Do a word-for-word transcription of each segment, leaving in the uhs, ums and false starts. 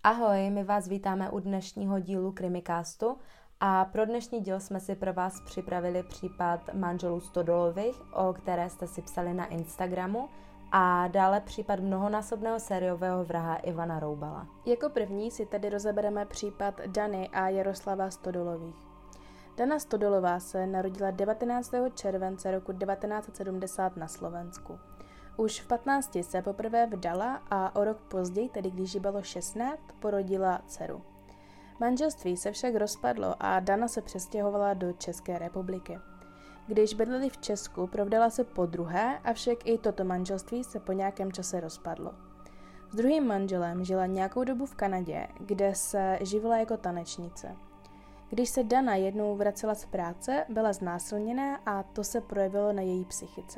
Ahoj, my vás vítáme u dnešního dílu Krimicastu a pro dnešní díl jsme si pro vás připravili případ manželů Stodolových, o které jste si psali na Instagramu, a dále případ mnohonásobného sériového vraha Ivana Roubala. Jako první si tedy rozebereme případ Dany a Jaroslava Stodolových. Dana Stodolová se narodila devatenáctého července roku devatenáct set sedmdesát na Slovensku. Už v patnácti se poprvé vdala a o rok později, tedy když jí bylo šestnáct, porodila dceru. Manželství se však rozpadlo a Dana se přestěhovala do České republiky. Když bydleli v Česku, provdala se podruhé, avšak i toto manželství se po nějakém čase rozpadlo. S druhým manželem žila nějakou dobu v Kanadě, kde se živila jako tanečnice. Když se Dana jednou vracela z práce, byla znásilněná a to se projevilo na její psychice.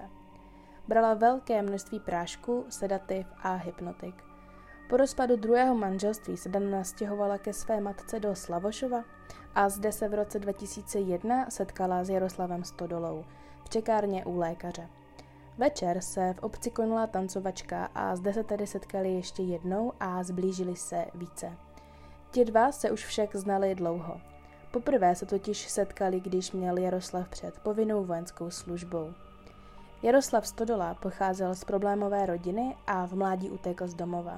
Brala velké množství prášku, sedativ a hypnotik. Po rozpadu druhého manželství se Dana nastěhovala ke své matce do Slavošova a zde se v roce dva tisíce jedna setkala s Jaroslavem Stodolou v čekárně u lékaře. Večer se v obci konala tancovačka a zde se tedy setkali ještě jednou a zblížili se více. Ti dva se už však znali dlouho. Poprvé se totiž setkali, když měl Jaroslav před povinnou vojenskou službou. Jaroslav Stodola pocházel z problémové rodiny a v mládí utekl z domova.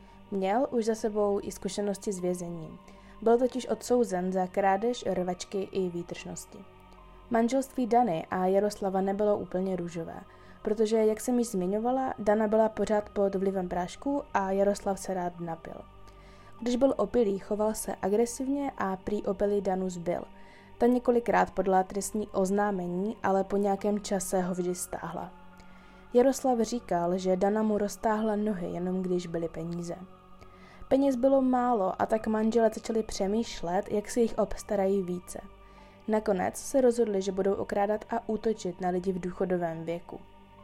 Měl už za sebou i zkušenosti s vězením. Byl totiž odsouzen za krádež, rvačky i výtržnosti. Manželství Dany a Jaroslava nebylo úplně růžové, protože, jak jsem již zmiňovala, Dana byla pořád pod vlivem prášku a Jaroslav se rád napil. Když byl opilý, choval se agresivně a prý opilý Danu zbil. Ta několikrát podala trestní oznámení, ale po nějakém čase ho vždy stáhla. Jaroslav říkal, že Dana mu roztáhla nohy, jenom když byly peníze. Peněz bylo málo a tak manželé začali přemýšlet, jak si jich obstarají více. Nakonec se rozhodli, že budou okrádat a útočit na lidi v důchodovém věku.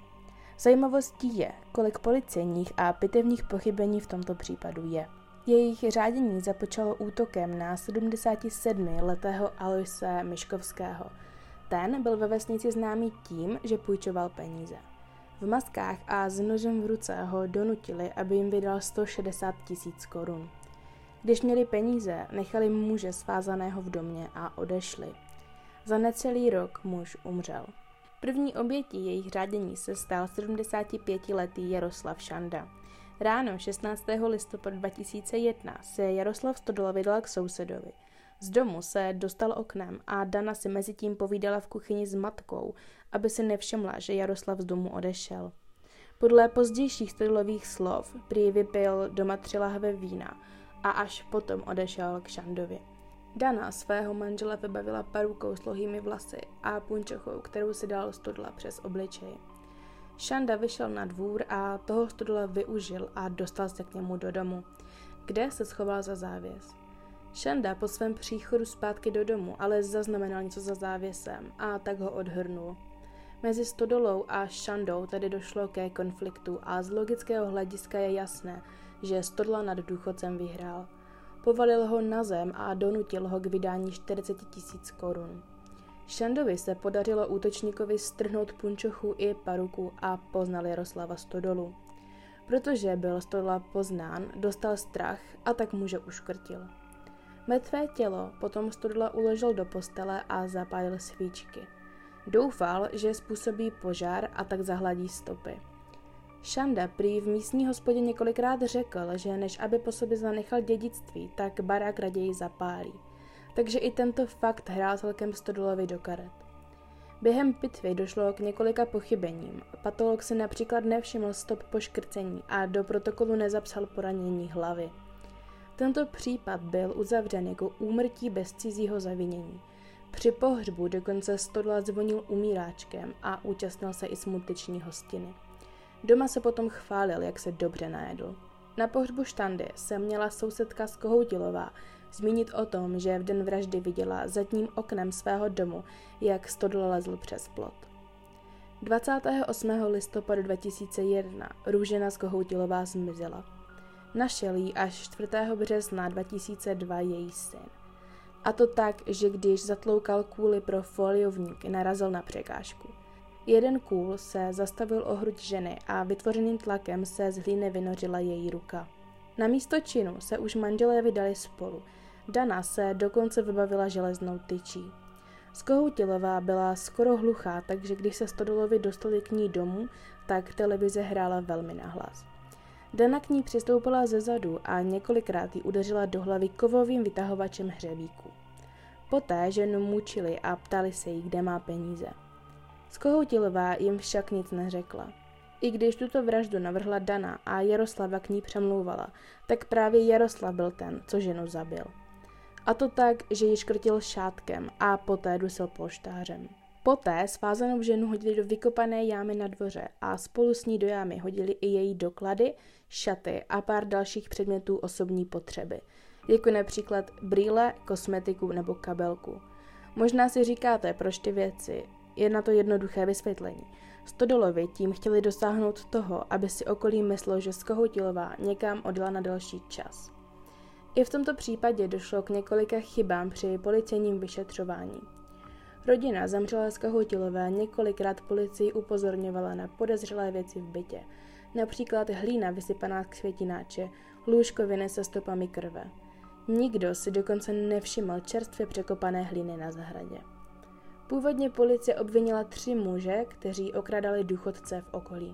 Zajímavostí je, kolik policejních a pitevních pochybení v tomto případu je. Jejich řádění započalo útokem na sedmdesátisedmiletého Aloise Miškovského. Ten byl ve vesnici známý tím, že půjčoval peníze. V maskách a s nožem v ruce ho donutili, aby jim vydal sto šedesát tisíc korun. Když měli peníze, nechali muže svázaného v domě a odešli. Za necelý rok muž umřel. První obětí jejich řádění se stal sedmdesátipětiletý Jaroslav Šanda. Ráno šestnáctého listopadu dva tisíce jedna se Jaroslav Stodola vydal k sousedovi. Z domu se dostal oknem a Dana si mezi tím povídala v kuchyni s matkou, aby si nevšimla, že Jaroslav z domu odešel. Podle pozdějších Stodolových slov prý vypil doma tři lahve vína a až potom odešel k Šandovi. Dana svého manžela vybavila perukou s dlouhými vlasy a punčochou, kterou si dal Stodola přes obličej. Šanda vyšel na dvůr a toho Stodola využil a dostal se k němu do domu, kde se schoval za závěs. Šanda po svém příchodu zpátky do domu ale zaznamenal něco za závěsem a tak ho odhrnul. Mezi Stodolou a Šandou tedy došlo ke konfliktu a z logického hlediska je jasné, že Stodola nad důchodcem vyhrál. Povalil ho na zem a donutil ho k vydání čtyřicet tisíc korun. Šandovi se podařilo útočníkovi strhnout punčochu i paruku a poznal Jaroslava Stodolu. Protože byl Stodola poznán, dostal strach a tak muže uškrtil. Mrtvé tělo potom Stodola uložil do postele a zapálil svíčky. Doufal, že způsobí požár a tak zahladí stopy. Šanda prý v místní hospodě několikrát řekl, že než aby po sobě zanechal dědictví, tak barák raději zapálí. Takže i tento fakt hrál celkem Stodolovi do karet. Během pitvy došlo k několika pochybením. Patolog si například nevšiml stop po škrcení a do protokolu nezapsal poranění hlavy. Tento případ byl uzavřen jako úmrtí bez cizího zavinění. Při pohřbu dokonce Stodola zvonil umíráčkem a účastnil se i smuteční hostiny. Doma se potom chválil, jak se dobře najedl. Na pohřbu Štandy se měla sousedka z Kohoutilová zmínit o tom, že v den vraždy viděla zadním oknem svého domu, jak Stodola lezl přes plot. dvacátého osmého listopadu dva tisíce jedna Růžena z Kohoutilová zmizela. Našel ji až čtvrtého března dva tisíce dva její syn. A to tak, že když zatloukal kůli pro foliovník, narazil na překážku. Jeden kůl se zastavil o hruď ženy a vytvořeným tlakem se z hlíny vynořila její ruka. Na místo činu se už manželé vydali spolu. Dana se dokonce vybavila železnou tyčí. Skohoutilová byla skoro hluchá, takže když se Stodolovi dostali k ní domů, tak televize hrála velmi nahlas. Dana k ní přistoupila ze zadu a několikrát jí udeřila do hlavy kovovým vytahovačem hřebíku. Poté ženu mučili a ptali se jí, kde má peníze. Skohoutilová jim však nic neřekla. I když tuto vraždu navrhla Dana a Jaroslava k ní přemlouvala, tak právě Jaroslav byl ten, co ženu zabil. A to tak, že ji škrtil šátkem a poté dusil polštářem. Poté svázanou ženu hodili do vykopané jámy na dvoře a spolu s ní do jámy hodili i její doklady, šaty a pár dalších předmětů osobní potřeby, jako například brýle, kosmetiku nebo kabelku. Možná si říkáte, proč ty věci. Je na to jednoduché vysvětlení. Stodolovi tím chtěli dosáhnout toho, aby si okolí myslelo, že Skohoutilová někam odjela na delší čas. I v tomto případě došlo k několika chybám při policejním vyšetřování. Rodina zemřelé Skohoutilové několikrát policii upozorňovala na podezřelé věci v bytě, například hlína vysypaná z květináče, lůžkoviny se stopami krve. Nikdo si dokonce nevšiml čerstvě překopané hlíny na zahradě. Původně policie obvinila tři muže, kteří okrádali důchodce v okolí.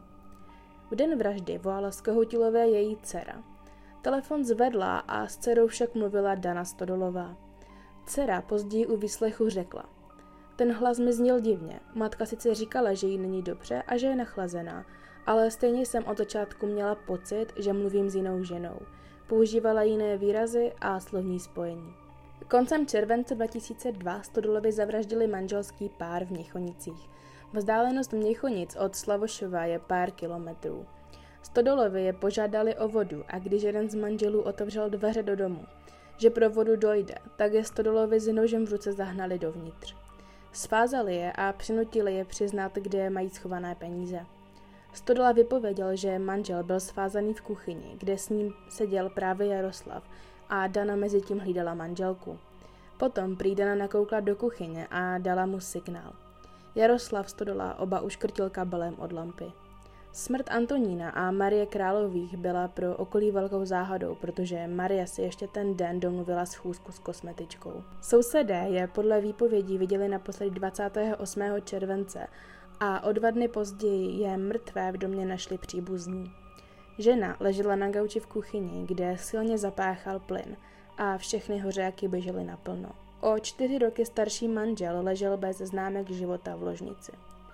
V den vraždy volala Skohoutilové její dcera. Telefon zvedla a s dcerou však mluvila Dana Stodolová. Dcera později u výslechu řekla: ten hlas mi zněl divně. Matka sice říkala, že jí není dobře a že je nachlazená, ale stejně jsem od začátku měla pocit, že mluvím s jinou ženou. Používala jiné výrazy a slovní spojení. Koncem července dva tisíce dva Stodolovi zavraždili manželský pár v Měchonicích. Vzdálenost Měchonic od Slavošova je pár kilometrů. Stodolovi je požádali o vodu a když jeden z manželů otevřel dveře do domu, že pro vodu dojde, tak je Stodolovi s nožem v ruce zahnali dovnitř. Svázali je a přinutili je přiznat, kde mají schované peníze. Stodola vypověděl, že manžel byl svázaný v kuchyni, kde s ním seděl právě Jaroslav a Dana mezi tím hlídala manželku. Potom prý Dana nakoukla do kuchyně a dala mu signál. Jaroslav Stodola oba uškrtil kabelem od lampy. Smrt Antonína a Marie Králových byla pro okolí velkou záhadou, protože Marie si ještě ten den domluvila schůzku s kosmetičkou. Sousedé je podle výpovědí viděli naposledy dvacátého osmého července a o dva dny později je mrtvé v domě našli příbuzní. Žena ležela na gauči v kuchyni, kde silně zapáchal plyn a všechny hořáky běžely naplno. O čtyři roky starší manžel ležel bez známek života v ložnici.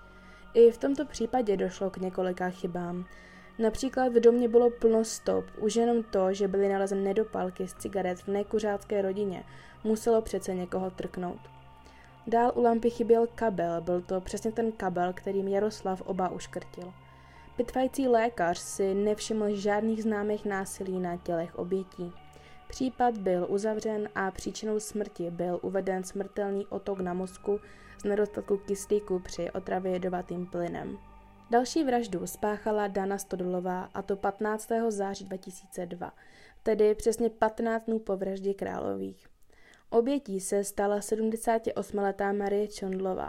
I v tomto případě došlo k několika chybám. Například v domě bylo plno stop, už jenom to, že byly nalezeny nedopalky z cigaret v nekuřácké rodině, muselo přece někoho trknout. Dál u lampy chyběl kabel, byl to přesně ten kabel, kterým Jaroslav oba uškrtil. Pitvající lékař si nevšiml žádných známých násilí na tělech obětí. Případ byl uzavřen a příčinou smrti byl uveden smrtelný otok na mozku z nedostatku kyslíku při otravě jedovatým plynem. Další vraždu spáchala Dana Stodolová, a to patnáctého září dva tisíce dva, tedy přesně patnáct dnů po vraždě Králových. Obětí se stala sedmdesátiosmiletá Marie Čondlová.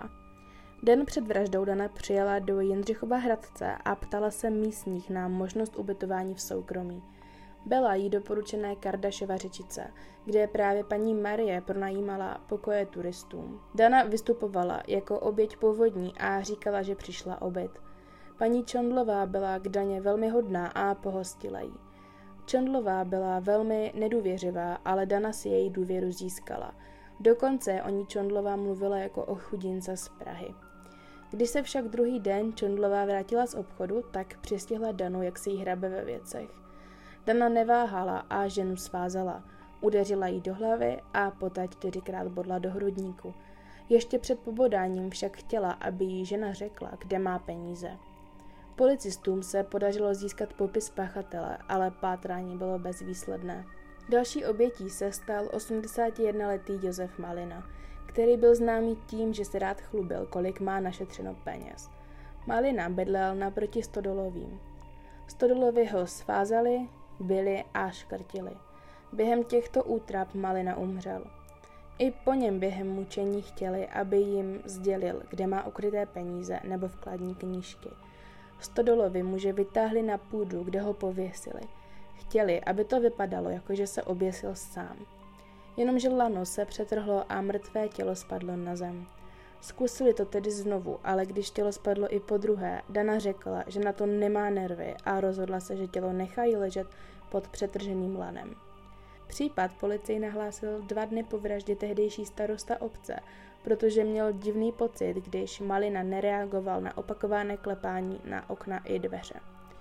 Den před vraždou Dana přijela do Jindřichova Hradce a ptala se místních na možnost ubytování v soukromí. Byla jí doporučené Kardašova Řečice, kde právě paní Marie pronajímala pokoje turistům. Dana vystupovala jako oběť povodní a říkala, že přišla o byt. Paní Čondlová byla k Daně velmi hodná a pohostila jí. Čondlová byla velmi nedůvěřivá, ale Dana si její důvěru získala. Dokonce o ní Čondlová mluvila jako o chudince z Prahy. Když se však druhý den Čondlová vrátila z obchodu, tak přistihla Danu, jak se jí hrabe ve věcech. Dana neváhala a ženu svázala. Udeřila jí do hlavy a poté čtyřikrát bodla do hrudníku. Ještě před pobodáním však chtěla, aby jí žena řekla, kde má peníze. Policistům se podařilo získat popis pachatele, ale pátrání bylo bezvýsledné. Další obětí se stal osmdesátijednoletý Josef Malina, který byl známý tím, že se rád chlubil, kolik má našetřeno peněz. Malina bydlel naproti Stodolovým. Stodolovi ho svázali, bili a škrtili. Během těchto útrap Malina umřel. I po něm během mučení chtěli, aby jim sdělil, kde má ukryté peníze nebo vkladní knížky. Stodolovi muže vytáhli na půdu, kde ho pověsili. Chtěli, aby to vypadalo, jako že se oběsil sám. Jenomže lano se přetrhlo a mrtvé tělo spadlo na zem. Zkusili to tedy znovu, ale když tělo spadlo i podruhé, Dana řekla, že na to nemá nervy a rozhodla se, že tělo nechají ležet pod přetrženým lanem. Případ policii nahlásil dva dny po vraždě tehdejší starosta obce, protože měl divný pocit, když Malina nereagoval na opakované klepání na okna i dveře.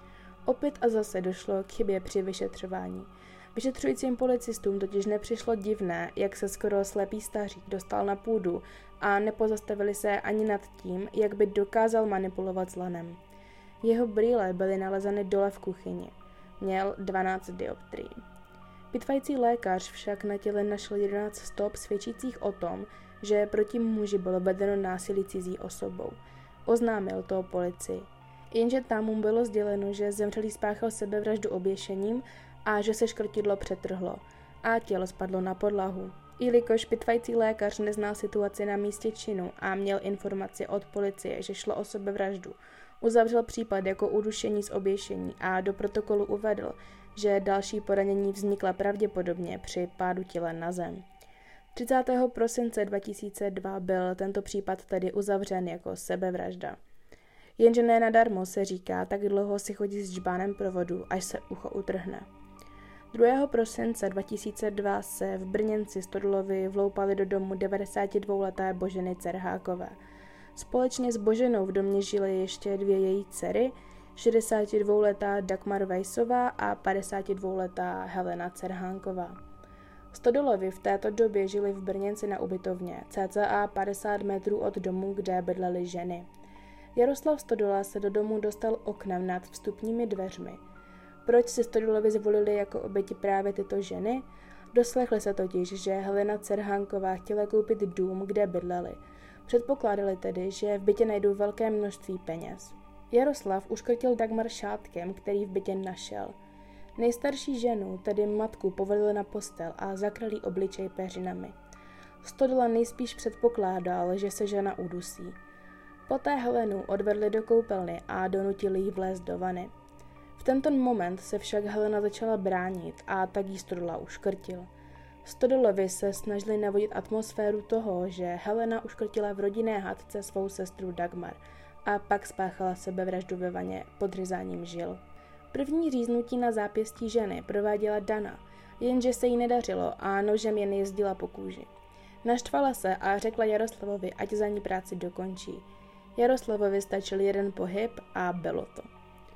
Opět a zase došlo k chybě při vyšetřování. Vyšetřujícím policistům totiž nepřišlo divné, jak se skoro slepý stařík dostal na půdu a nepozastavili se ani nad tím, jak by dokázal manipulovat s lanem. Jeho brýle byly nalezeny dole v kuchyni. Měl dvanáct dioptrií. Pitvající lékař však na těle našel jedenáct stop svědčících o tom, že proti muži bylo vedeno násilí cizí osobou. Oznámil to policii. Jenže tam mu bylo sděleno, že zemřelý spáchal sebevraždu oběšením a že se škrtidlo přetrhlo a tělo spadlo na podlahu. Jelikož pitvající lékař neznal situaci na místě činu a měl informaci od policie, že šlo o sebevraždu, uzavřel případ jako udušení z oběšení a do protokolu uvedl, že další poranění vznikla pravděpodobně při pádu těla na zem. třicátého prosince dva tisíce dva byl tento případ tedy uzavřen jako sebevražda. Jenže ne nadarmo se říká, tak dlouho si chodí s džbánem provodu, až se ucho utrhne. druhého prosince dva tisíce dva se v Brněnci Stodolovi vloupali do domu devadesátidvouleté Boženy Cerhákové. Společně s Boženou v domě žily ještě dvě její dcery, šedesátidvouletá Dagmar Weissová a padesátidvouletá Helena Cerhánková. Stodolovi v této době žili v Brněnci na ubytovně, cca padesát metrů od domu, kde bydlely ženy. Jaroslav Stodola se do domu dostal oknem nad vstupními dveřmi. Proč si Stodolovi zvolili jako oběti právě tyto ženy? Doslechli se totiž, že Helena Cerhánková chtěla koupit dům, kde bydleli. Předpokládali tedy, že v bytě najdou velké množství peněz. Jaroslav uškrtil Dagmar šátkem, který v bytě našel. Nejstarší ženu, tedy matku, povedli na postel a zakryli obličej peřinami. Stodola nejspíš předpokládal, že se žena udusí. Poté Helenu odvedli do koupelny a donutili jí vlézt do vany. V tento moment se však Helena začala bránit a tak jí Stodola uškrtil. Stodolovi se snažili navodit atmosféru toho, že Helena uškrtila v rodinné hádce svou sestru Dagmar a pak spáchala sebevraždu ve vaně podřezáním žil. První říznutí na zápěstí ženy prováděla Dana, jenže se jí nedařilo a nožem jen jezdila po kůži. Naštvala se a řekla Jaroslavovi, ať za ní práci dokončí. Jaroslavovi stačil jeden pohyb a bylo to.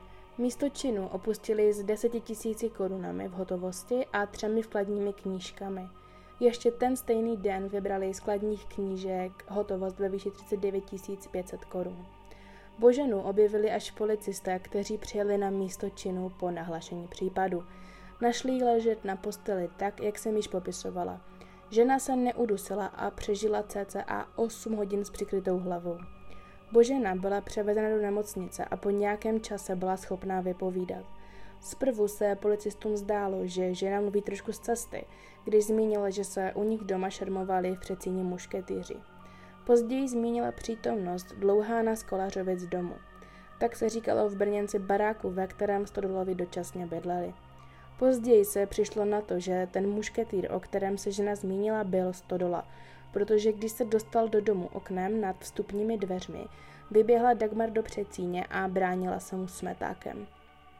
Místo činu opustili s deseti tisíci korunami v hotovosti a třemi vkladními knížkami. Ještě ten stejný den vybrali z vkladních knížek hotovost ve výši třicet devět tisíc pět set korun. Boženu objevili až policisté, kteří přijeli na místo činu po nahlašení případu. Našli ji ležet na posteli tak, jak jsem již popisovala. Žena se neudusila a přežila cca osm hodin s přikrytou hlavou. Božena byla převezena do nemocnice a po nějakém čase byla schopná vypovídat. Zprvu se policistům zdálo, že žena mluví trošku z cesty, když zmínila, že se u nich doma šermovali v Třecíně mušketýři. Později zmínila přítomnost Dlouhána z Kolařovic domu. Tak se říkalo v Brněnci baráku, ve kterém Stodolovi dočasně bydleli. Později se přišlo na to, že ten mušketýr, o kterém se žena zmínila, byl Stodola, protože když se dostal do domu oknem nad vstupními dveřmi, vyběhla Dagmar do předsíně a bránila se mu smetákem.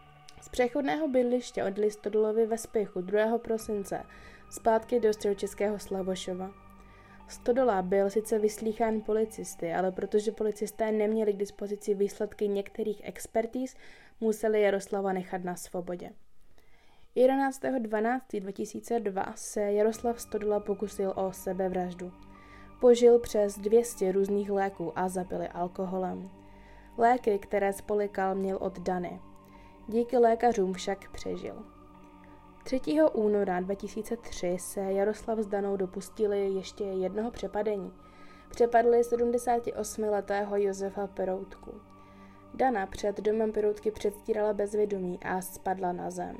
Z přechodného bydliště odjeli Stodolovi ve spěchu druhého prosince zpátky do středočeského Slavošova. Stodola byl sice vyslýchán policisty, ale protože policisté neměli k dispozici výsledky některých expertíz, museli Jaroslava nechat na svobodě. jedenáctého dvanáctého dva tisíce dva se Jaroslav Stodola pokusil o sebevraždu. Požil přes dvě stě různých léků a zapili alkoholem. Léky, které spolikal, měl od Dany. Díky lékařům však přežil. třetího února dva tisíce tři se Jaroslav s Danou dopustili ještě jednoho přepadení. Přepadli sedmdesátiosmiletého Josefa Peroutku. Dana před domem Peroutky předstírala bezvědomí a spadla na zem.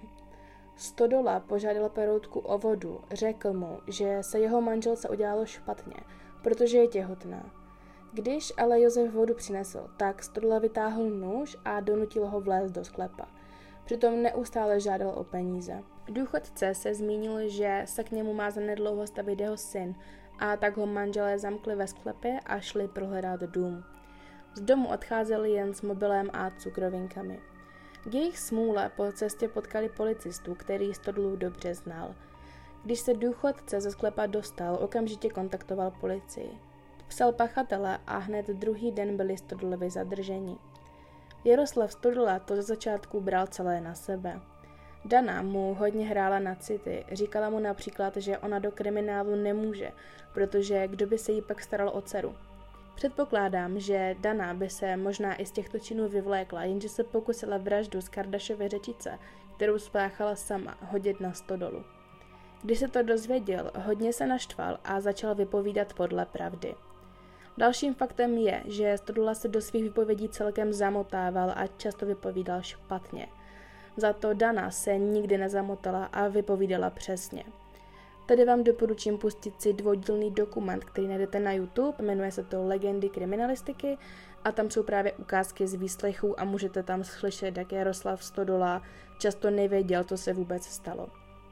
Stodola požádal Peroutku o vodu, řekl mu, že se jeho manželce udělalo špatně, protože je těhotná. Když ale Josef vodu přinesl, tak Stodola vytáhl nůž a donutil ho vlézt do sklepa. Přitom neustále žádal o peníze. Důchodce se zmínil, že se k němu má zanedlouho stavit jeho syn, a tak ho manželé zamkli ve sklepě a šli prohledat dům. Z domu odcházeli jen s mobilem a cukrovinkami. K jejich smůle po cestě potkali policistu, který Stodolu dobře znal. Když se důchodce ze sklepa dostal, okamžitě kontaktoval policii. Psal pachatele a hned druhý den byli Stodolovi zadrženi. Jaroslav Stodola to ze začátku bral celé na sebe. Dana mu hodně hrála na city, říkala mu například, že ona do kriminálu nemůže, protože kdo by se jí pak staral o dceru. Předpokládám, že Dana by se možná i z těchto činů vyvlékla, jenže se pokusila vraždu z Kardašovy řečice, kterou spáchala sama, hodit na Stodolu. Když se to dozvěděl, hodně se naštval a začal vypovídat podle pravdy. Dalším faktem je, že Stodola se do svých vypovědí celkem zamotával a často vypovídal špatně. Za to Dana se nikdy nezamotala a vypovídala přesně. Tady vám doporučím pustit si dvoudílný dokument, který najdete na YouTube, jmenuje se to Legendy kriminalistiky a tam jsou právě ukázky z výslechů a můžete tam slyšet, jak Jaroslav Stodola často nevěděl, co se vůbec stalo.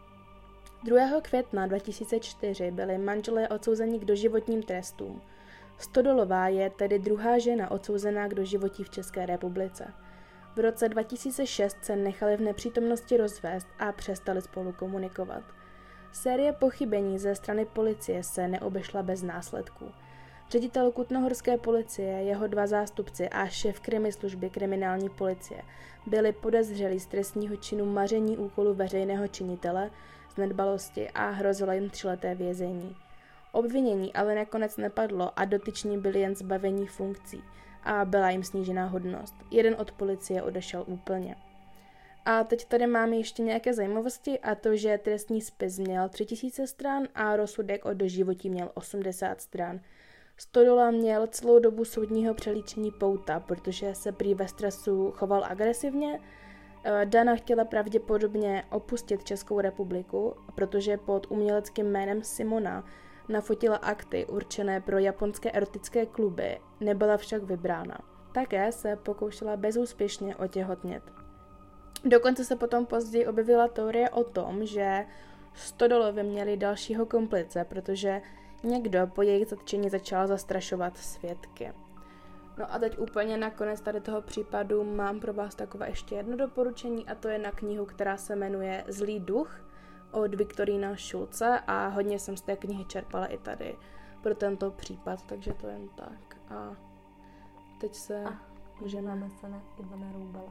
druhého května dva tisíce čtyři byli manželé odsouzeni k doživotním trestům. Stodolová je tedy druhá žena odsouzená k doživotí v České republice. V roce dva tisíce šest se nechali v nepřítomnosti rozvést a přestali spolu komunikovat. Série pochybení ze strany policie se neobešla bez následků. Ředitel kutnohorské policie, jeho dva zástupci a šéf krimi služby kriminální policie byli podezřelí z trestního činu maření úkolu veřejného činitele, z nedbalosti a hrozilo jim tříleté vězení. Obvinění ale nakonec nepadlo a dotyční byli jen zbavení funkcí a byla jim snížená hodnost. Jeden od policie odešel úplně. A teď tady máme ještě nějaké zajímavosti, a to, že trestní spis měl tři tisíce stran a rozsudek o doživotí měl osmdesát stran. Stodola měl celou dobu soudního přelíčení pouta, protože se prý ve stresu choval agresivně. Dana chtěla pravděpodobně opustit Českou republiku, protože pod uměleckým jménem Simona nafotila akty určené pro japonské erotické kluby, nebyla však vybrána. Také se pokoušela bezúspěšně otěhotnět. Dokonce se potom později objevila teorie o tom, že Stodolovi měli dalšího komplice, protože někdo po jejich zatčení začal zastrašovat svědky. No a teď úplně nakonec tady toho případu mám pro vás takové ještě jedno doporučení, a to je na knihu, která se jmenuje Zlý duch od Viktorína Šulce a hodně jsem z té knihy čerpala i tady pro tento případ, takže to jen tak. A teď se a, můžeme... Máme se na Ivana Roubala.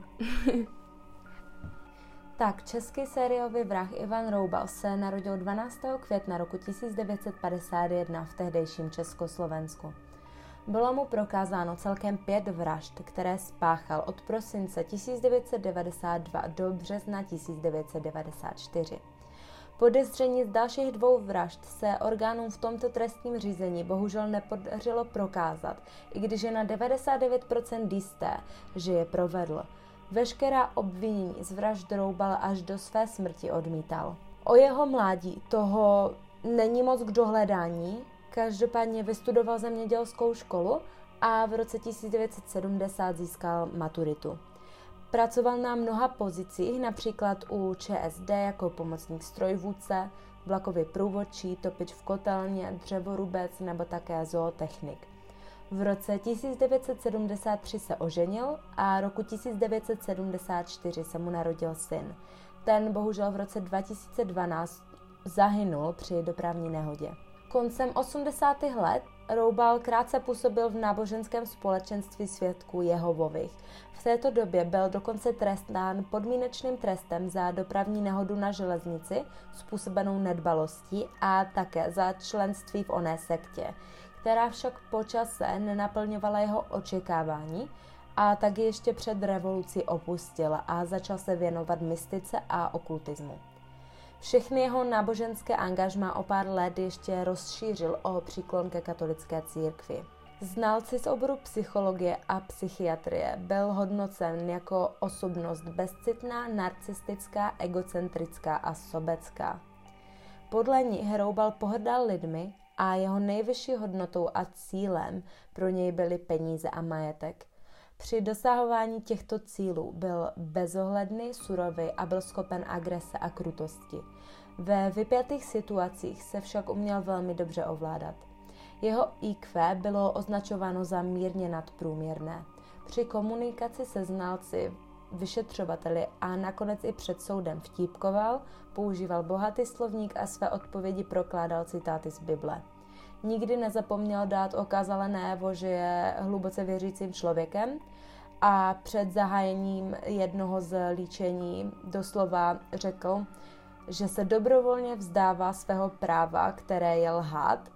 Tak, český sériový vrah Ivan Roubal se narodil dvanáctého května roku tisíc devět set padesát jedna v tehdejším Československu. Bylo mu prokázáno celkem pět vražd, které spáchal od prosince tisíc devět set devadesát dva do března tisíc devět set devadesát čtyři. Podezření z dalších dvou vražd se orgánům v tomto trestním řízení bohužel nepodařilo prokázat, i když je na devadesát devět procent jisté, že je provedl. Veškerá obvinění z vražd Roubal až do své smrti odmítal. O jeho mládí toho není moc k dohledání, každopádně vystudoval zemědělskou školu a v roce tisíc devět set sedmdesát získal maturitu. Pracoval na mnoha pozicích, například u ČSD jako pomocník strojvůdce, vlakový průvodčí, topič v kotelně, dřevorubec nebo také zootechnik. V roce tisíc devět set sedmdesát tři se oženil a roku tisíc devět set sedmdesát čtyři se mu narodil syn. Ten bohužel v roce dva tisíce dvanáct zahynul při dopravní nehodě. Koncem osmdesátých let Roubal krátce působil v náboženském společenství svědků Jehovových. V této době byl dokonce trestán podmínečným trestem za dopravní nehodu na železnici způsobenou nedbalostí a také za členství v oné sektě, která však po čase nenaplňovala jeho očekávání a tak ještě před revolucí opustil a začal se věnovat mystice a okultismu. Všechny jeho náboženské angažmá o pár let ještě rozšířil o příklon ke katolické církvi. Znalci z oboru psychologie a psychiatrie byl hodnocen jako osobnost bezcitná, narcistická, egocentrická a sobecká. Podle nich Roubal pohrdal lidmi a jeho nejvyšší hodnotou a cílem pro něj byly peníze a majetek. Při dosahování těchto cílů byl bezohledný, surový a byl schopen agrese a krutosti. Ve vypjatých situacích se však uměl velmi dobře ovládat. Jeho í kvé bylo označováno za mírně nadprůměrné. Při komunikaci se znalci, vyšetřovateli a nakonec i před soudem vtípkoval, používal bohatý slovník a své odpovědi prokládal citáty z Bible. Nikdy nezapomněl dát okázale najevo, že je hluboce věřícím člověkem a před zahájením jednoho z líčení doslova řekl, že se dobrovolně vzdává svého práva, které je lhát,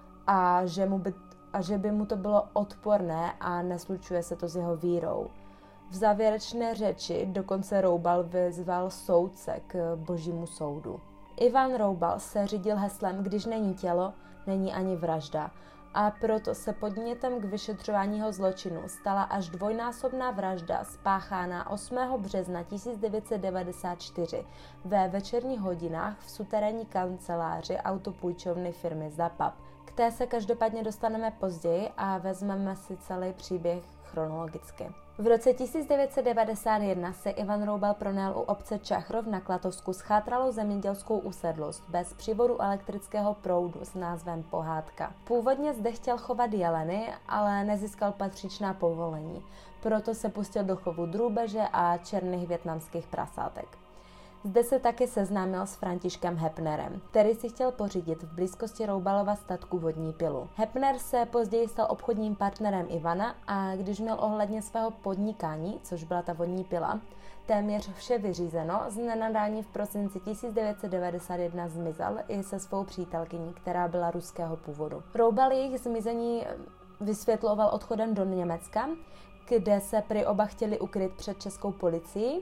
a že, mu by, a že by mu to bylo odporné a neslučuje se to s jeho vírou. V závěrečné řeči dokonce Roubal vyzval soudce k božímu soudu. Ivan Roubal se řídil heslem, když není tělo, není ani vražda, a proto se podnětem k vyšetřování jeho zločinu stala až dvojnásobná vražda spáchána osmého března tisíc devět set devadesát čtyři ve večerních hodinách v suterénní kanceláři autopůjčovny firmy Zapap. K té se každopádně dostaneme později a vezmeme si celý příběh chronologicky. V roce tisíc devět set devadesát jedna se Ivan Roubal pronajal u obce Čachrov na Klatovsku schátralou zemědělskou usedlost bez přívodu elektrického proudu s názvem Pohádka. Původně zde chtěl chovat jeleny, ale nezískal patřičná povolení, proto se pustil do chovu drůbeže a černých vietnamských prasátek. Zde se taky seznámil s Františkem Hepnerem, který si chtěl pořídit v blízkosti Roubalova statku vodní pilu. Hepner se později stal obchodním partnerem Ivana a když měl ohledně svého podnikání, což byla ta vodní pila, téměř vše vyřízeno, z nenadání v prosinci tisíc devět set devadesát jedna zmizel i se svou přítelkyní, která byla ruského původu. Roubal jejich zmizení vysvětloval odchodem do Německa, kde se prý oba chtěli ukryt před českou policií,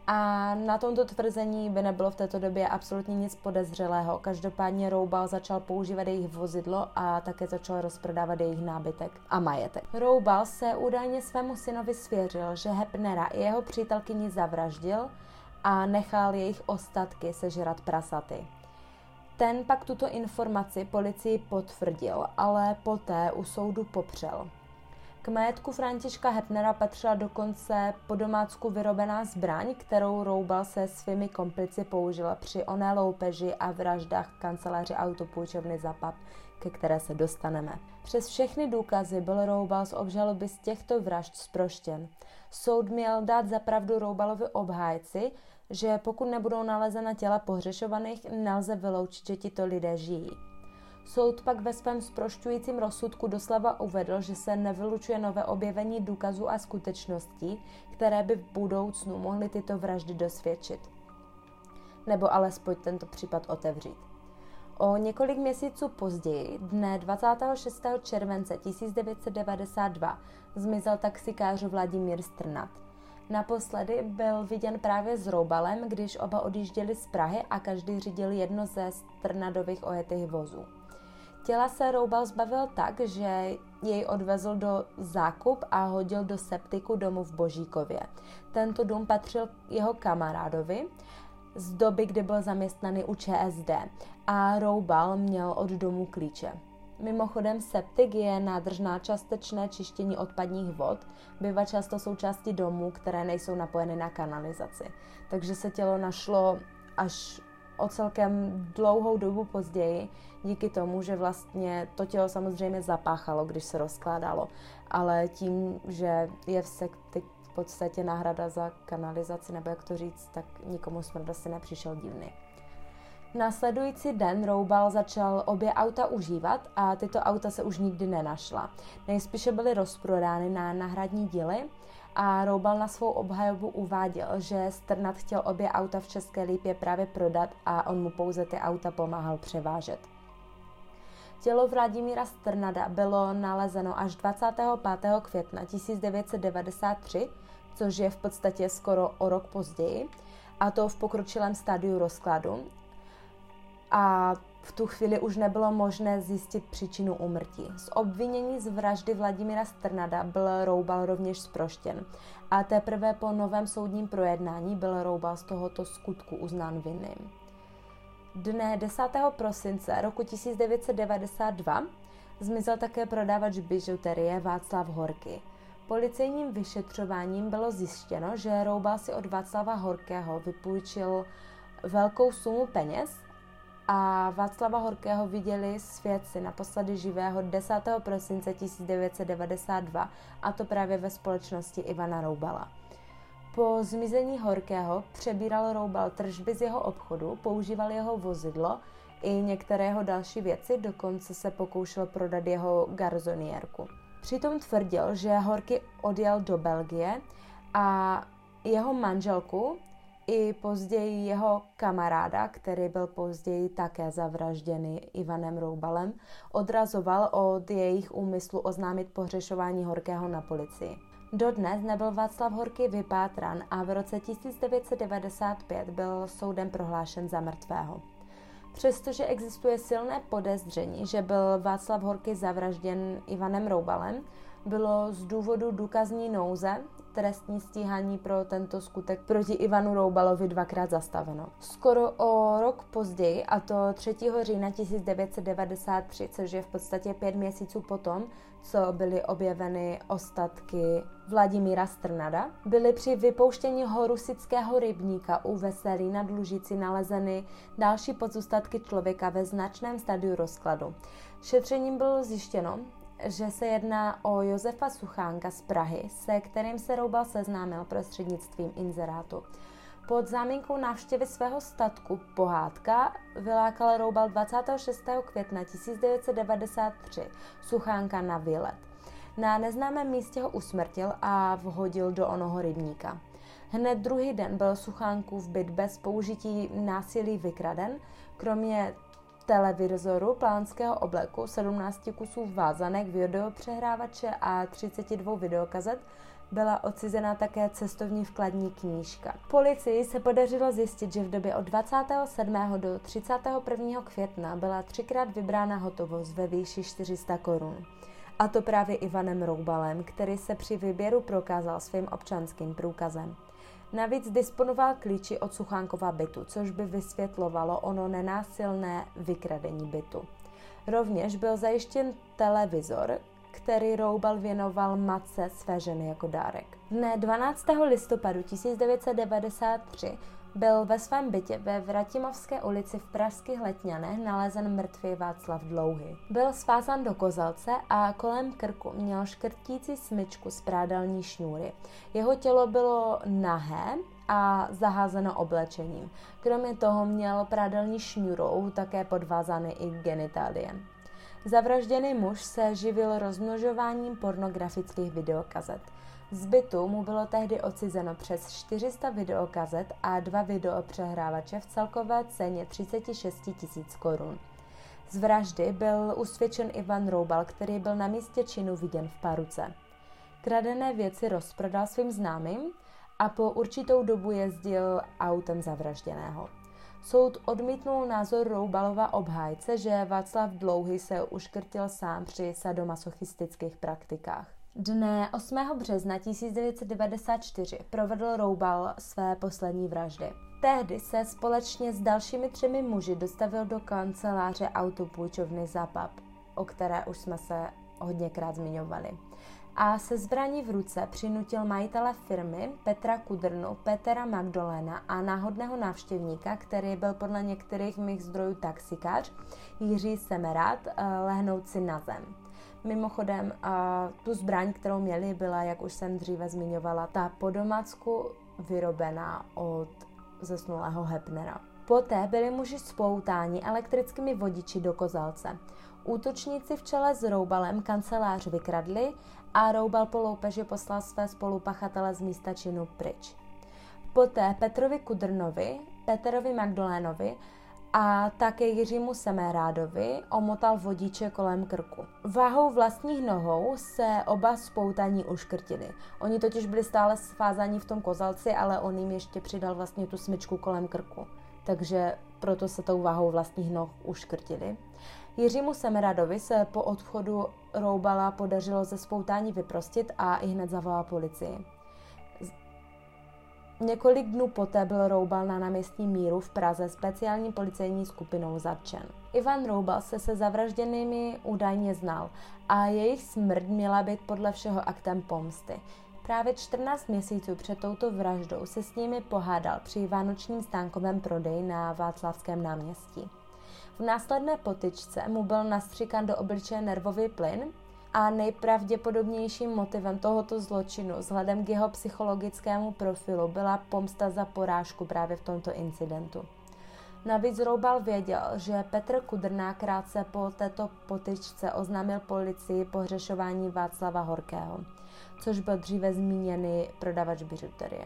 a na tomto tvrzení by nebylo v této době absolutně nic podezřelého. Každopádně Roubal začal používat jejich vozidlo a také začal rozprodávat jejich nábytek a majetek. Roubal se údajně svému synovi svěřil, že Hepnera i jeho přítelkyni zavraždil a nechal jejich ostatky sežrat prasaty. Ten pak tuto informaci policii potvrdil, ale poté u soudu popřel. K majetku Františka Hepnera patřila dokonce po domácku vyrobená zbraň, kterou Roubal se svými komplici použila při oné loupeži a vraždách v kanceláři autopůjčovny Zapap, ke které se dostaneme. Přes všechny důkazy byl Roubal z obžaloby z těchto vražd zproštěn. Soud měl dát za pravdu Roubalovi obhájci, že pokud nebudou nalezena těla pohřešovaných, nelze vyloučit, že tito lidé žijí. Soud pak ve svém zprošťujícím rozsudku doslova uvedl, že se nevylučuje nové objevení důkazů a skutečností, které by v budoucnu mohly tyto vraždy dosvědčit. Nebo alespoň tento případ otevřít. O několik měsíců později, dne dvacátého šestého července tisíc devět set devadesát dva, zmizel taxikář Vladimír Strnad. Naposledy byl viděn právě s Roubalem, když oba odjížděli z Prahy a každý řídil jedno ze Strnadových ojetých vozů. Těla se Roubal zbavil tak, že jej odvezl do Zákup a hodil do septiku domu v Božíkově. Tento dům patřil jeho kamarádovi z doby, kdy byl zaměstnaný u Č S D a Roubal měl od domu klíče. Mimochodem septik je nádrž na částečné čištění odpadních vod, bývá často součástí domů, které nejsou napojeny na kanalizaci. Takže se tělo našlo až o celkem dlouhou dobu později, díky tomu, že vlastně to tělo samozřejmě zapáchalo, když se rozkládalo, ale tím, že je v septik v podstatě náhrada za kanalizaci, nebo jak to říct, tak nikomu smrt asi nepřišel divný. Následující den Roubal začal obě auta užívat a tyto auta se už nikdy nenašla. Nejspíše byly rozprodány na náhradní díly a Roubal na svou obhajobu uváděl, že Strnad chtěl obě auta v České Lípě právě prodat a on mu pouze ty auta pomáhal převážet. Tělo Vladimíra Strnada bylo nalezeno až dvacátého pátého května tisíc devět set devadesát tři, což je v podstatě skoro o rok později, a to v pokročilém stádiu rozkladu. A v tu chvíli už nebylo možné zjistit příčinu úmrtí. Z obvinění z vraždy Vladimíra Strnada byl Roubal rovněž zproštěn a teprve po novém soudním projednání byl Roubal z tohoto skutku uznán vinným. Dne desátého prosince roku tisíc devět set devadesát dva zmizel také prodavač bižuterie Václav Horký. Policejním vyšetřováním bylo zjištěno, že Roubal si od Václava Horkého vypůjčil velkou sumu peněz a Václava Horkého viděli svědci naposledy živého desátého prosince tisíc devět set devadesát dva, a to právě ve společnosti Ivana Roubala. Po zmizení Horkého přebíral Roubal tržby z jeho obchodu, používal jeho vozidlo i některé jeho další věci, dokonce se pokoušel prodat jeho garzonierku. Přitom tvrdil, že Horký odjel do Belgie a jeho manželku i později jeho kamaráda, který byl později také zavražděný Ivanem Roubalem, odrazoval od jejich úmyslu oznámit pohřešování Horkého na policii. Dodnes nebyl Václav Horký vypátran a v roce tisíc devět set devadesát pět byl soudem prohlášen za mrtvého. Přestože existuje silné podezření, že byl Václav Horký zavražděn Ivanem Roubalem, bylo z důvodu důkazní nouze trestní stíhání pro tento skutek proti Ivanu Roubalovi dvakrát zastaveno. Skoro o rok později, a to třetího října tisíc devět set devadesát tři, což je v podstatě pět měsíců potom, co byly objeveny ostatky Vladimíra Strnada, byly při vypouštění horusického rybníka u Veselí nad Lužicí nalezeny další pozůstatky člověka ve značném stadiu rozkladu. Šetřením bylo zjištěno, že se jedná o Josefa Suchánka z Prahy, se kterým se Roubal seznámil prostřednictvím inzerátu. Pod záminkou návštěvy svého statku Pohádka vylákal Roubal dvacátého šestého května tisíc devět set devadesát tři Suchánka na výlet. Na neznámém místě ho usmrtil a vhodil do onoho rybníka. Hned druhý den byl Suchánkův byt bez použití násilí vykraden, kromě televizoru, plánského obleku, sedmnácti kusů vázanek, videopřehrávače a třiceti dvou videokazet byla odcizena také cestovní vkladní knížka. Policii se podařilo zjistit, že v době od dvacátého sedmého do třicátého prvního května byla třikrát vybrána hotovost ve výši čtyři sta korun. A to právě Ivanem Roubalem, který se při výběru prokázal svým občanským průkazem. Navíc disponoval klíči od Suchánkova bytu, což by vysvětlovalo ono nenásilné vykradení bytu. Rovněž byl zajištěn televizor, který Roubal věnoval matce své ženy jako dárek. Dne dvanáctého listopadu tisíc devět set devadesát tři byl ve svém bytě ve Vratimovské ulici v pražských Letňanech nalezen mrtvý Václav Dlouhý. Byl svázán do kozalce a kolem krku měl škrtící smyčku z prádelní šňůry. Jeho tělo bylo nahé a zaházeno oblečením. Kromě toho měl prádelní šňůrou také podvázány i genitálie. Zavražděný muž se živil rozmnožováním pornografických videokazet. Z bytu mu bylo tehdy odcizeno přes čtyři sta videokazet a dva videopřehrávače v celkové ceně třicet šest tisíc korun. Z vraždy byl usvědčen Ivan Roubal, který byl na místě činu viděn v paruce. Kradené věci rozprodal svým známým a po určitou dobu jezdil autem zavražděného. Soud odmítnul názor Roubalova obhájce, že Václav Dlouhý se uškrtil sám při sadomasochistických praktikách. Dne osmého března tisíc devět set devadesát čtyři provedl Roubal své poslední vraždy. Tehdy se společně s dalšími třemi muži dostavil do kanceláře autopůjčovny Zapap, o které už jsme se hodněkrát zmiňovali. A se zbraní v ruce přinutil majitele firmy Petra Kudrnu, Petra Magdolena a náhodného návštěvníka, který byl podle některých mých zdrojů taxikář, Jiří Semerád, lehnout si na zem. Mimochodem, tu zbraň, kterou měli, byla, jak už jsem dříve zmiňovala, ta po domácku vyrobená od zesnulého Hepnera. Poté byli muži spoutáni elektrickými vodiči do kozalce. Útočníci v čele s Roubalem kancelář vykradli a Roubal po loupeži poslal své spolupachatele z místa činu pryč. Poté Petrovi Kudrnovi, Peterovi Magdolénovi a také Jiřímu Semerádovi omotal vodiče kolem krku. Váhou vlastních nohou se oba spoutaní uškrtili. Oni totiž byli stále svázaní v tom kozalci, ale on jim ještě přidal vlastně tu smyčku kolem krku. Takže proto se tou váhou vlastních noh uškrtili. Jiřímu Semerádovi se po odchodu Roubala podařilo ze spoutání vyprostit a ihned zavolal policii. Několik dnů poté byl Roubal na náměstí Míru v Praze speciální policejní skupinou zatčen. Ivan Roubal se se zavražděnými údajně znal a jejich smrt měla být podle všeho aktem pomsty. Právě čtrnáct měsíců před touto vraždou se s nimi pohádal při vánočním stánkovém prodeji na Václavském náměstí. V následné potyčce mu byl nastříkan do obličeje nervový plyn a nejpravděpodobnějším motivem tohoto zločinu vzhledem k jeho psychologickému profilu byla pomsta za porážku právě v tomto incidentu. Navíc Roubal věděl, že Petr Kudrna krátce po této potyčce oznámil policii pohřešování Václava Horkého, což byl dříve zmíněný prodavač bižuterie.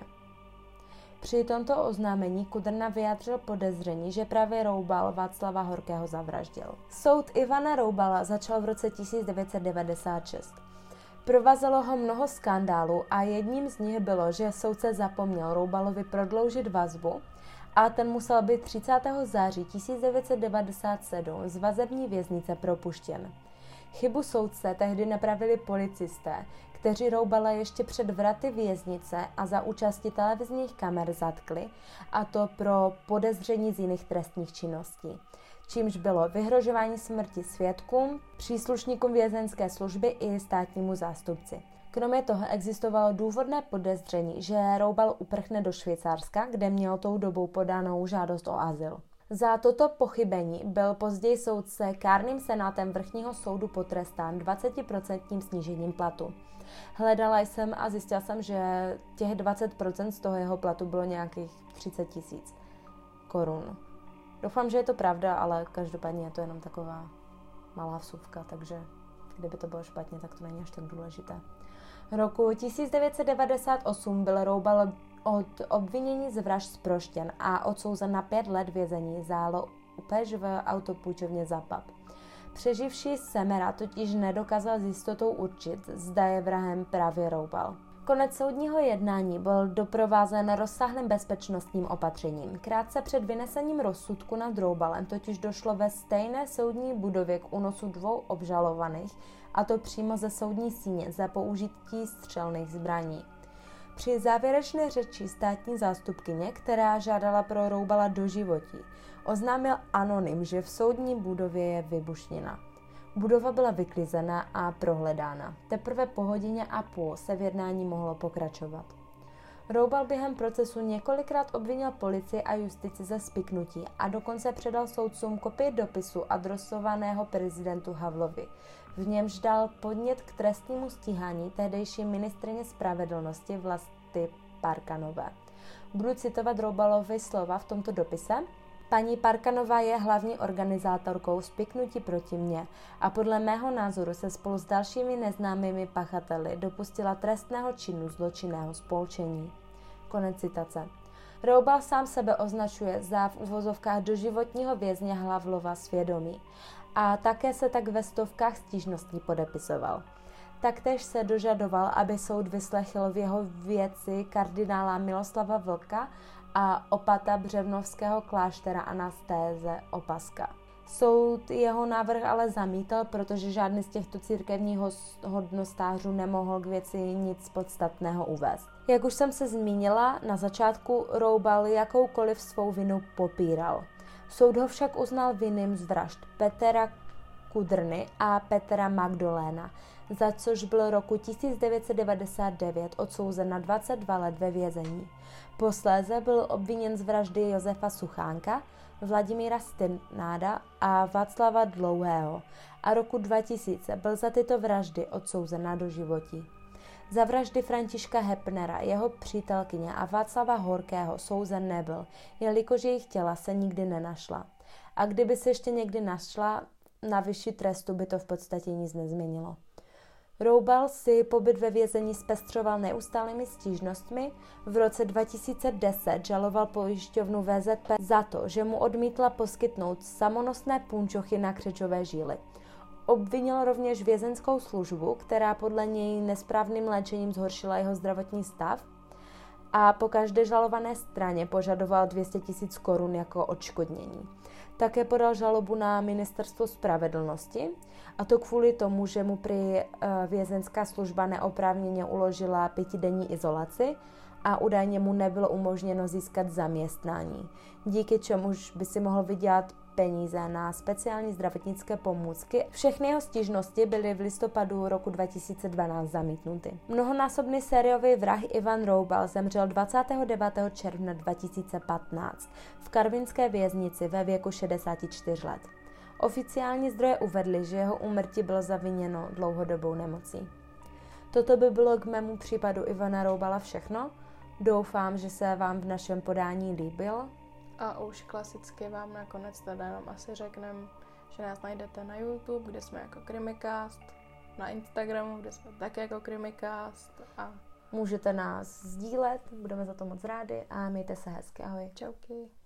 Při tomto oznámení Kudrna vyjádřil podezření, že právě Roubal Václava Horkého zavraždil. Soud Ivana Roubala začal v roce tisíc devět set devadesát šest. Provázelo ho mnoho skandálů a jedním z nich bylo, že soudce zapomněl Roubalovi prodloužit vazbu a ten musel být třicátého září tisíc devět set devadesát sedm z vazební věznice propuštěn. Chybu soudce tehdy napravili policisté, kteří Roubala ještě před vraty věznice a za účasti televizních kamer zatkli, a to pro podezření z jiných trestních činností, čímž bylo vyhrožování smrti svědkům, příslušníkům vězenské služby i státnímu zástupci. Kromě toho existovalo důvodné podezření, že Roubal uprchne do Švýcarska, kde měl tou dobou podanou žádost o azyl. Za toto pochybení byl později soudce kárným senátem Vrchního soudu potrestán dvacetiprocentním snížením platu. Hledala jsem a zjistila jsem, že těch dvacet procent z toho jeho platu bylo nějakých třicet tisíc korun. Doufám, že je to pravda, ale každopádně je to jenom taková malá vsuvka, takže kdyby to bylo špatně, tak to není až tak důležité. Roku tisíc devět set devadesát osm byl Roubal od obvinění z vražd zproštěn a odsouzen na pět let vězení za loupež v autopůjčovně Zapad. Přeživší Semera totiž nedokázal s jistotou určit, zda je vrahem právě Roubal. Konec soudního jednání byl doprovázen rozsáhlým bezpečnostním opatřením. Krátce před vynesením rozsudku nad Roubalem totiž došlo ve stejné soudní budově k únosu dvou obžalovaných, a to přímo ze soudní síně za použití střelných zbraní. Při závěrečné řeči státní zástupkyně, která žádala pro Roubala doživotí, oznámil anonym, že v soudní budově je výbušnina. Budova byla vyklizena a prohledána. Teprve po hodině a půl se v jednání mohlo pokračovat. Roubal během procesu několikrát obvinil policii a justici ze spiknutí a dokonce předal soudcům kopii dopisu adresovaného prezidentu Havlovi. V němž dal podnět k trestnímu stíhání tehdejší ministryně spravedlnosti Vlasty Parkanové. Budu citovat Roubalovy slova v tomto dopise. Paní Parkanová je hlavní organizátorkou spiknutí proti mně a podle mého názoru se spolu s dalšími neznámými pachateli dopustila trestného činu zločinného spolčení. Konec citace. Roubal sám sebe označuje za v uvozovkách doživotního vězně Havlova svědomí a také se tak ve stovkách stížností podepisoval. Taktéž se dožadoval, aby soud vyslechl v jeho věci kardinála Miloslava Vlka a opata Břevnovského kláštera Anastéze Opaska. Soud jeho návrh ale zamítl, protože žádný z těchto církevních hodnostářů nemohl k věci nic podstatného uvést. Jak už jsem se zmínila, na začátku Roubal jakoukoliv svou vinu popíral. Soud ho však uznal vinným z vražd Petra Kudrny a Petra Magdoléna, za což byl roku tisíc devět set devadesát devět odsouzen na dvacet dva let ve vězení. Posléze byl obviněn z vraždy Josefa Suchánka, Vladimíra Stejnáda a Václava Dlouhého a roku dva tisíce byl za tyto vraždy odsouzen na doživotí. Za vraždy Františka Hepnera, jeho přítelkyně a Václava Horkého souzen nebyl, jelikož jejich těla se nikdy nenašla. A kdyby se ještě někdy našla, na vyšší trestu by to v podstatě nic nezměnilo. Roubal si pobyt ve vězení zpestřoval neustálými stížnostmi. V roce dva tisíce deset žaloval pojišťovnu V Z P za to, že mu odmítla poskytnout samonosné punčochy na křečové žíly. Obvinil rovněž vězenskou službu, která podle něj nesprávným léčením zhoršila jeho zdravotní stav, a po každé žalované straně požadoval dvě stě tisíc korun jako odškodnění. Také podal žalobu na ministerstvo spravedlnosti, a to kvůli tomu, že mu prý vězenská služba neoprávněně uložila pětidenní izolaci a údajně mu nebylo umožněno získat zaměstnání, díky čemuž by si mohl vydělat peníze na speciální zdravotnické pomůcky. Všechny jeho stížnosti byly v listopadu roku dva tisíce dvanáct zamítnuty. Mnohonásobný sériový vrah Ivan Roubal zemřel dvacátého devátého června dva tisíce patnáct v karvinské věznici ve věku šedesáti čtyř let. Oficiální zdroje uvedly, že jeho úmrtí bylo zaviněno dlouhodobou nemocí. Toto by bylo k mému případu Ivana Roubala všechno. Doufám, že se vám v našem podání líbil. A už klasicky vám nakonec teda jenom asi řekneme, že nás najdete na YouTube, kde jsme jako Krimikast, na Instagramu, kde jsme také jako Krimikast a můžete nás sdílet, budeme za to moc rádi a mějte se hezky, ahoj. Čauky.